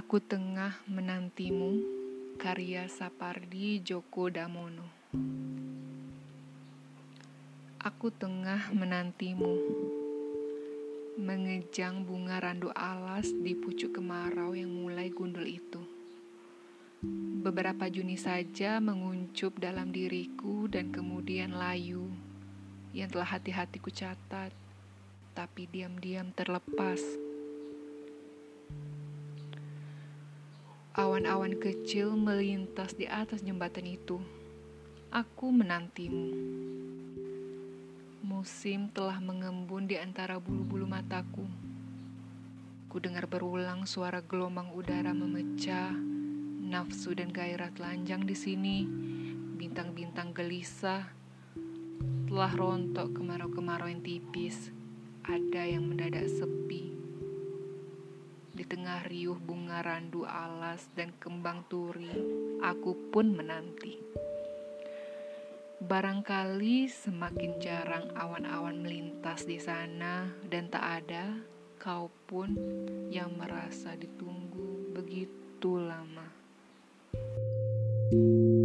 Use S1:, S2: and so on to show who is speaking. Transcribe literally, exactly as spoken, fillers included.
S1: Aku tengah menantimu, karya Sapardi Djoko Damono. Aku tengah menantimu, mengejang bunga randu alas di pucuk kemarau yang mulai gundul itu. Beberapa Juni saja menguncup dalam diriku dan kemudian layu, yang telah hati-hatiku catat, tapi diam-diam terlepas. Awan-awan kecil melintas di atas jembatan itu. Aku menantimu. Musim telah mengembun di antara bulu-bulu mataku. Ku dengar berulang suara gelombang udara memecah, nafsu dan gairah telanjang di sini, bintang-bintang gelisah, telah rontok kemarau-kemarau yang tipis, ada yang mendadak sepi. Di tengah riuh bunga randu alas dan kembang turi, aku pun menanti. Barangkali semakin jarang awan-awan melintas di sana dan tak ada kau pun yang merasa ditunggu begitu lama.